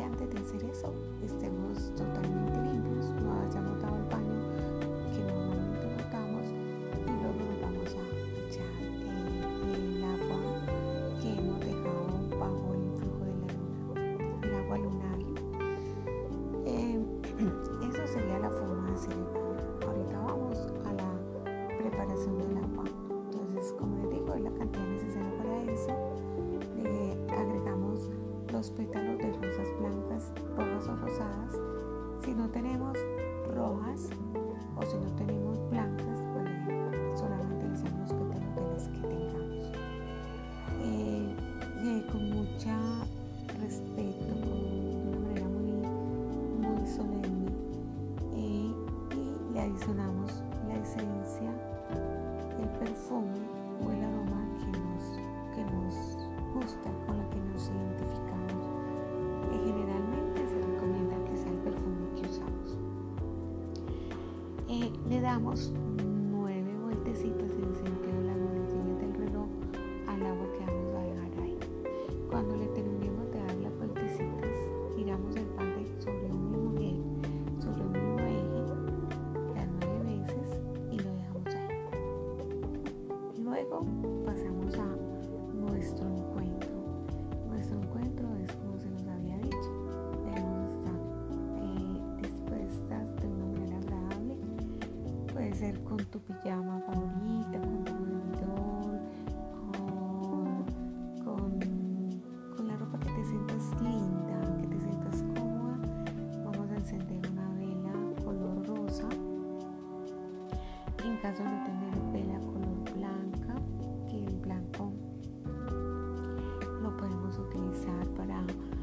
antes de hacer eso estemos totalmente limpios, no hayamos dado el baño que normalmente nos damos y luego nos vamos a echar el agua que hemos dejado bajo el influjo de la luna, el agua lunar. Eso sería la forma de hacer el baño. Ahorita vamos a la preparación del agua. Entonces, como les digo, es la cantidad necesaria para eso. Le agregamos los pétalos de rosas blancas, rojas o rosadas. Si no tenemos rojas o si no tenemos blancas, pues solamente le echamos los pétalos de las que tengamos. Con mucho respeto, de una manera muy solemne, y le adicionamos la esencia, el perfume o el aroma que nos gusta, con la que nos identificamos. Generalmente se recomienda que sea el perfume que usamos. Le damos 9 vueltecitas en el sentido de las manecillas del reloj al agua que vamos a dejar ahí. Cuando le terminemos de dar las vueltecitas, giramos el balde sobre un mismo eje, las 9 veces, y lo dejamos ahí. Luego pasamos a nuestro encuentro. Nuestro encuentro es como se nos había dicho. Debemos estar dispuestas de una manera agradable. Puede ser con tu pijama favorita, con tu dormidor, con la ropa que te sientas linda, que te sientas cómoda. Vamos a encender una vela color rosa. En caso de no tener vela color blanca, que el blanco lo podemos utilizar para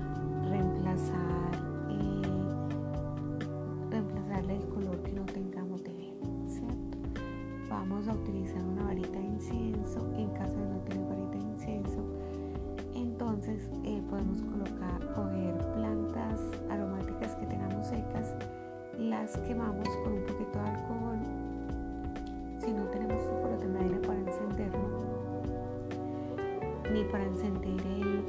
reemplazarle el color que no tengamos de vela, ¿cierto? Vamos a utilizar una varita de incienso. En caso de no tener varita de incienso, entonces podemos coger plantas aromáticas que tengamos secas, las quemamos con un poquito de alcohol. Si no tenemos fósforo de madera para encenderlo, ni para encender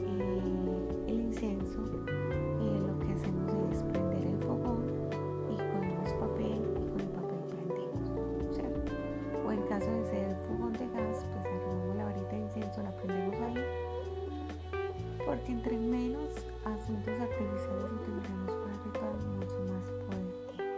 el incienso, lo que hacemos es prender el fogón y cogemos papel y con el papel prendemos, ¿cierto? O en caso de ser fogón de gas, pues agarramos la varita de incienso, la prendemos ahí, porque entre menos asuntos artificiales utilizamos para el ritual, mucho más poder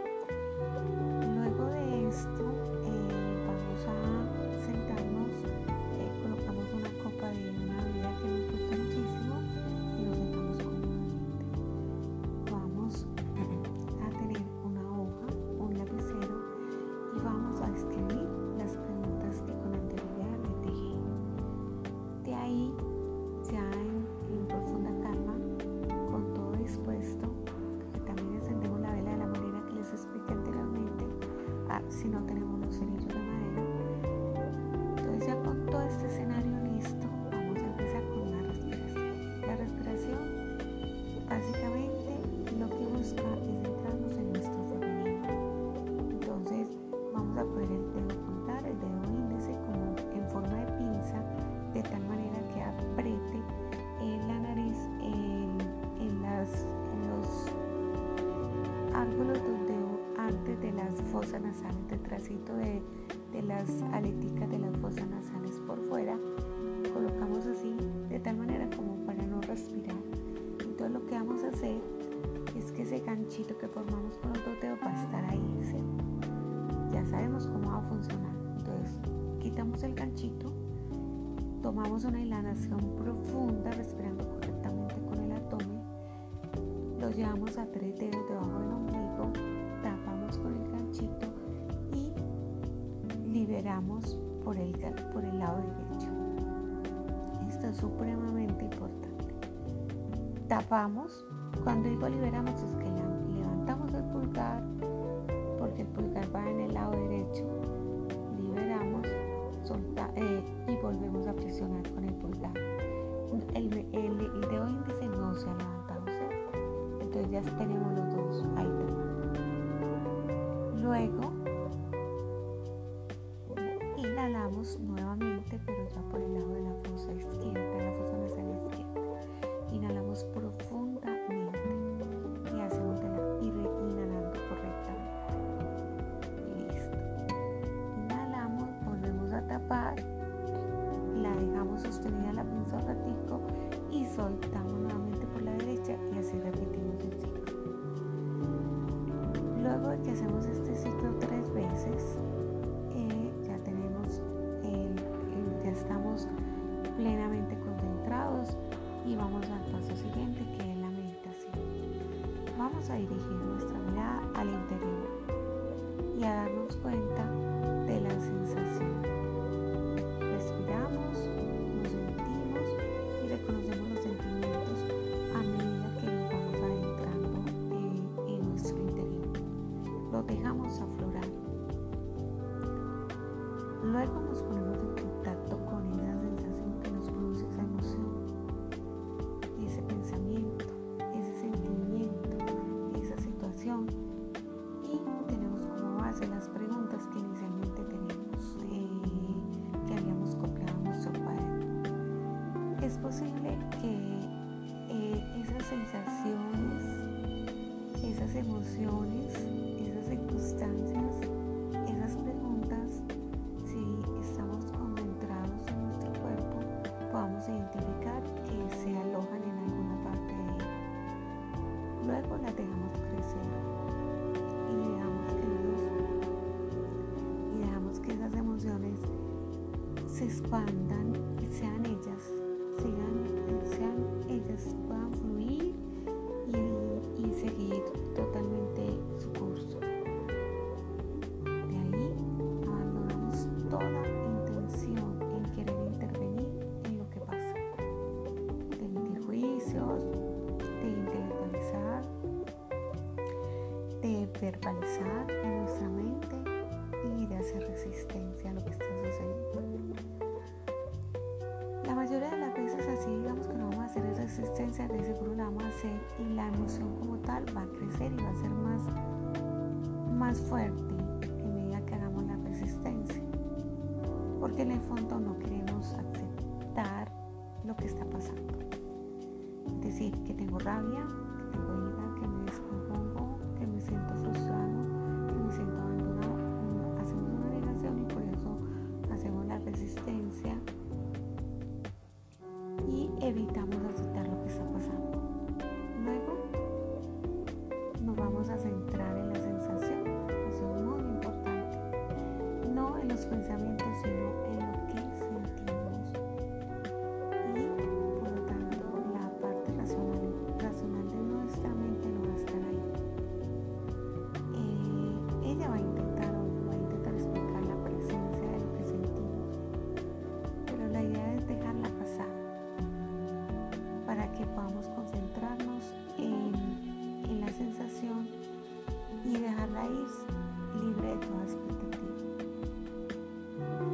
tiene. Luego de esto, vamos a sentarnos, colocamos una copa de una bebida que nos gusta muchísimo y nos sentamos cómodamente. Vamos a tener una hoja, un lapicero, y vamos a escribir las preguntas que con anterioridad les dije. De ahí, ya en profunda calma, con todo dispuesto, que también encendemos la vela de la manera que les expliqué anteriormente, si no tenemos los cerillos de madera. Entonces, ya con todo este escenario listo, vamos a empezar con una respiración. La respiración básicamente lo que busca es centrarnos en nuestro femenino. Entonces vamos a poner el dedo pulgar, el dedo índice como en forma de pinza, de tal manera que apriete la nariz en los ángulos donde antes de las fosas nasales, detrásito de las aleticas de las fosas nasales por fuera, colocamos así, de tal manera como para no respirar. Entonces lo que vamos a hacer es que ese ganchito que formamos con los dos dedos va a estar ahí, ¿sí? Ya sabemos cómo va a funcionar. Entonces quitamos el ganchito, tomamos una inhalación profunda, respirando correctamente con el abdomen, lo llevamos a 3 dedos debajo del ombligo, tapamos con el ganchito y liberamos por el lado derecho. Esto es supremamente importante. Tapamos. Cuando digo liberamos es que levantamos el pulgar, porque el pulgar va en el lado derecho. Liberamos, y volvemos a presionar con el pulgar. El dedo índice no se ha levantado, ¿cierto? Entonces ya tenemos los dos ahí tapados. Luego inhalamos nuevamente, pero ya por el lado de la fosa izquierda, la fosa nasal izquierda. Inhalamos profundamente. vamos a dirigir nuestra mirada al interior y a darnos cuenta de la sensación. Respiramos, nos sentimos y reconocemos los sentimientos a medida que nos vamos adentrando en nuestro interior. Los dejamos aflorar. Luego nos ponemos en contacto con esa sensación que nos produce esa emoción, ese pensamiento, ese sentimiento, esa situación, y tenemos como base las preguntas que inicialmente teníamos, que habíamos copiado en nuestro cuaderno. Es posible que esas sensaciones, esas emociones, esas circunstancias, esas preguntas, si estamos concentrados en nuestro cuerpo, podamos identificar que se alojan en alguna parte de él. Luego las dejamos crecer y dejamos que esas emociones se expandan y sean ellas, puedan fluir y seguir totalmente su curso. De ahí abandonamos toda intención en querer intervenir en lo que pasa, de emitir juicios, de intelectualizar, de verbalizar en nuestra mente y de hacer resistencia a lo que está sucediendo. La mayoría de las veces así, digamos que no vamos a hacer resistencia, de seguro la vamos a hacer y la emoción como tal va a crecer y va a ser más fuerte en medida que hagamos la resistencia, porque en el fondo no queremos aceptar lo que está pasando. Es decir, que tengo rabia, que tengo ira, que me descompongo, que me siento frustrado, que me siento abandonado. Hacemos una negación y por eso hacemos la resistencia y evitamos aceptar lo que está pasando. Luego nos vamos a centrar en la sensación. Eso es muy importante, no en los pensamientos, sino en lo que sentimos, y por lo tanto la parte racional de nuestra mente no va a estar ahí. Ella va a intentar explicar la presencia de lo que sentimos, pero la idea es dejarla pasar para que podamos concentrarnos en la sensación y dejarla ir libre de toda expectativa.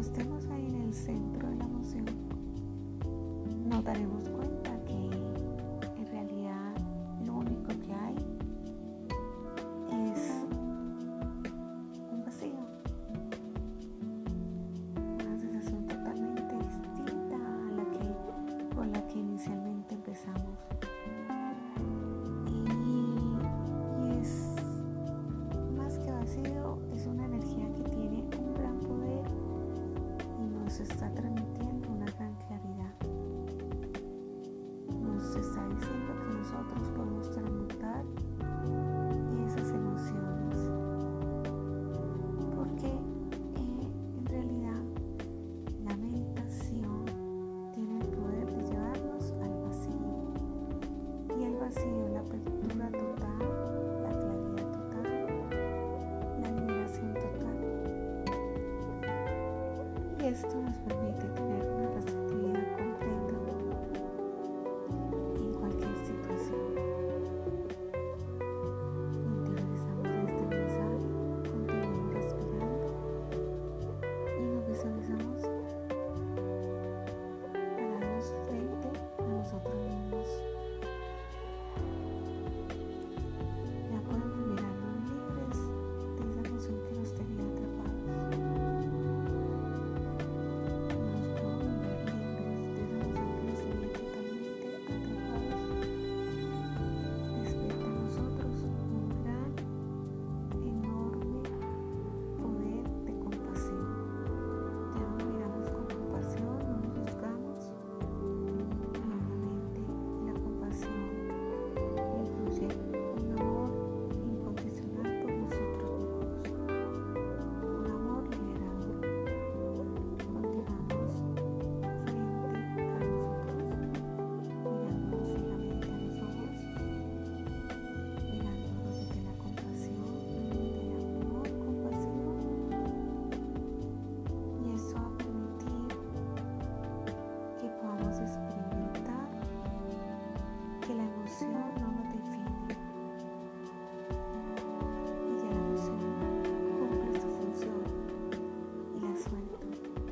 estemos ahí en el centro de la emoción, nos daremos cuenta que en realidad lo único que hay es un vacío, una sensación totalmente distinta a la que con la que inicialmente empezamos. Y es más que vacío, es una energía que tiene un gran poder y nos está transmitiendo una gran claridad. Nos está diciendo que nosotros podemos transmutar esas emociones, porque en realidad la meditación tiene el poder de llevarnos al vacío, y el vacío, la apertura total, la claridad total, la liberación total, y esto nos permite tener una receptividad completa en cualquier situación. Interiorizamos este mensaje, continuamos respirando y nos visualizamos parados frente a nosotros mismos. Ya podemos mirarnos libres de esa emoción que nos tenía atrapados. Nos podemos mirar libres de esa emoción que nos tenía totalmente atrapados. Despierta en nosotros un gran, enorme poder de compasión. Ya nos miramos con compasión, no nos juzgamos, y obviamente la compasión incluye un amor incondicional por nosotros mismos, un amor liberador. Continuamos frente a nosotros, mirándonos fijamente a los ojos, mirándonos desde la compasión, desde el amor compasivo, y esto va a permitir que podamos experimentar que la emoción no nos define, y ya la emoción cumple su función y la suelto.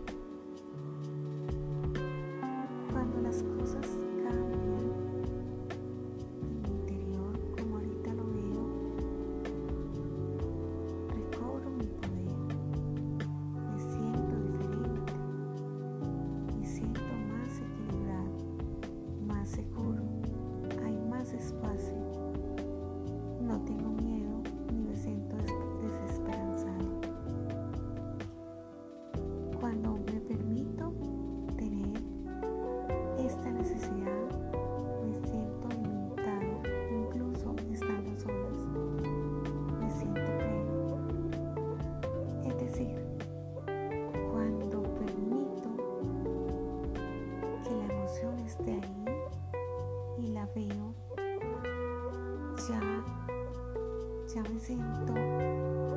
Cuando las cosas cambian en mi interior, como ahorita lo veo, recobro mi poder, me siento diferente, me siento más equilibrado, más seguro, hay más espacio, no tengo miedo ni me siento desesperanzado. Cuando me permito tener esta necesidad, me siento ilimitado, incluso estando solas, me siento pleno. Es decir, cuando permito que la emoción esté ahí y la veo, ya me siento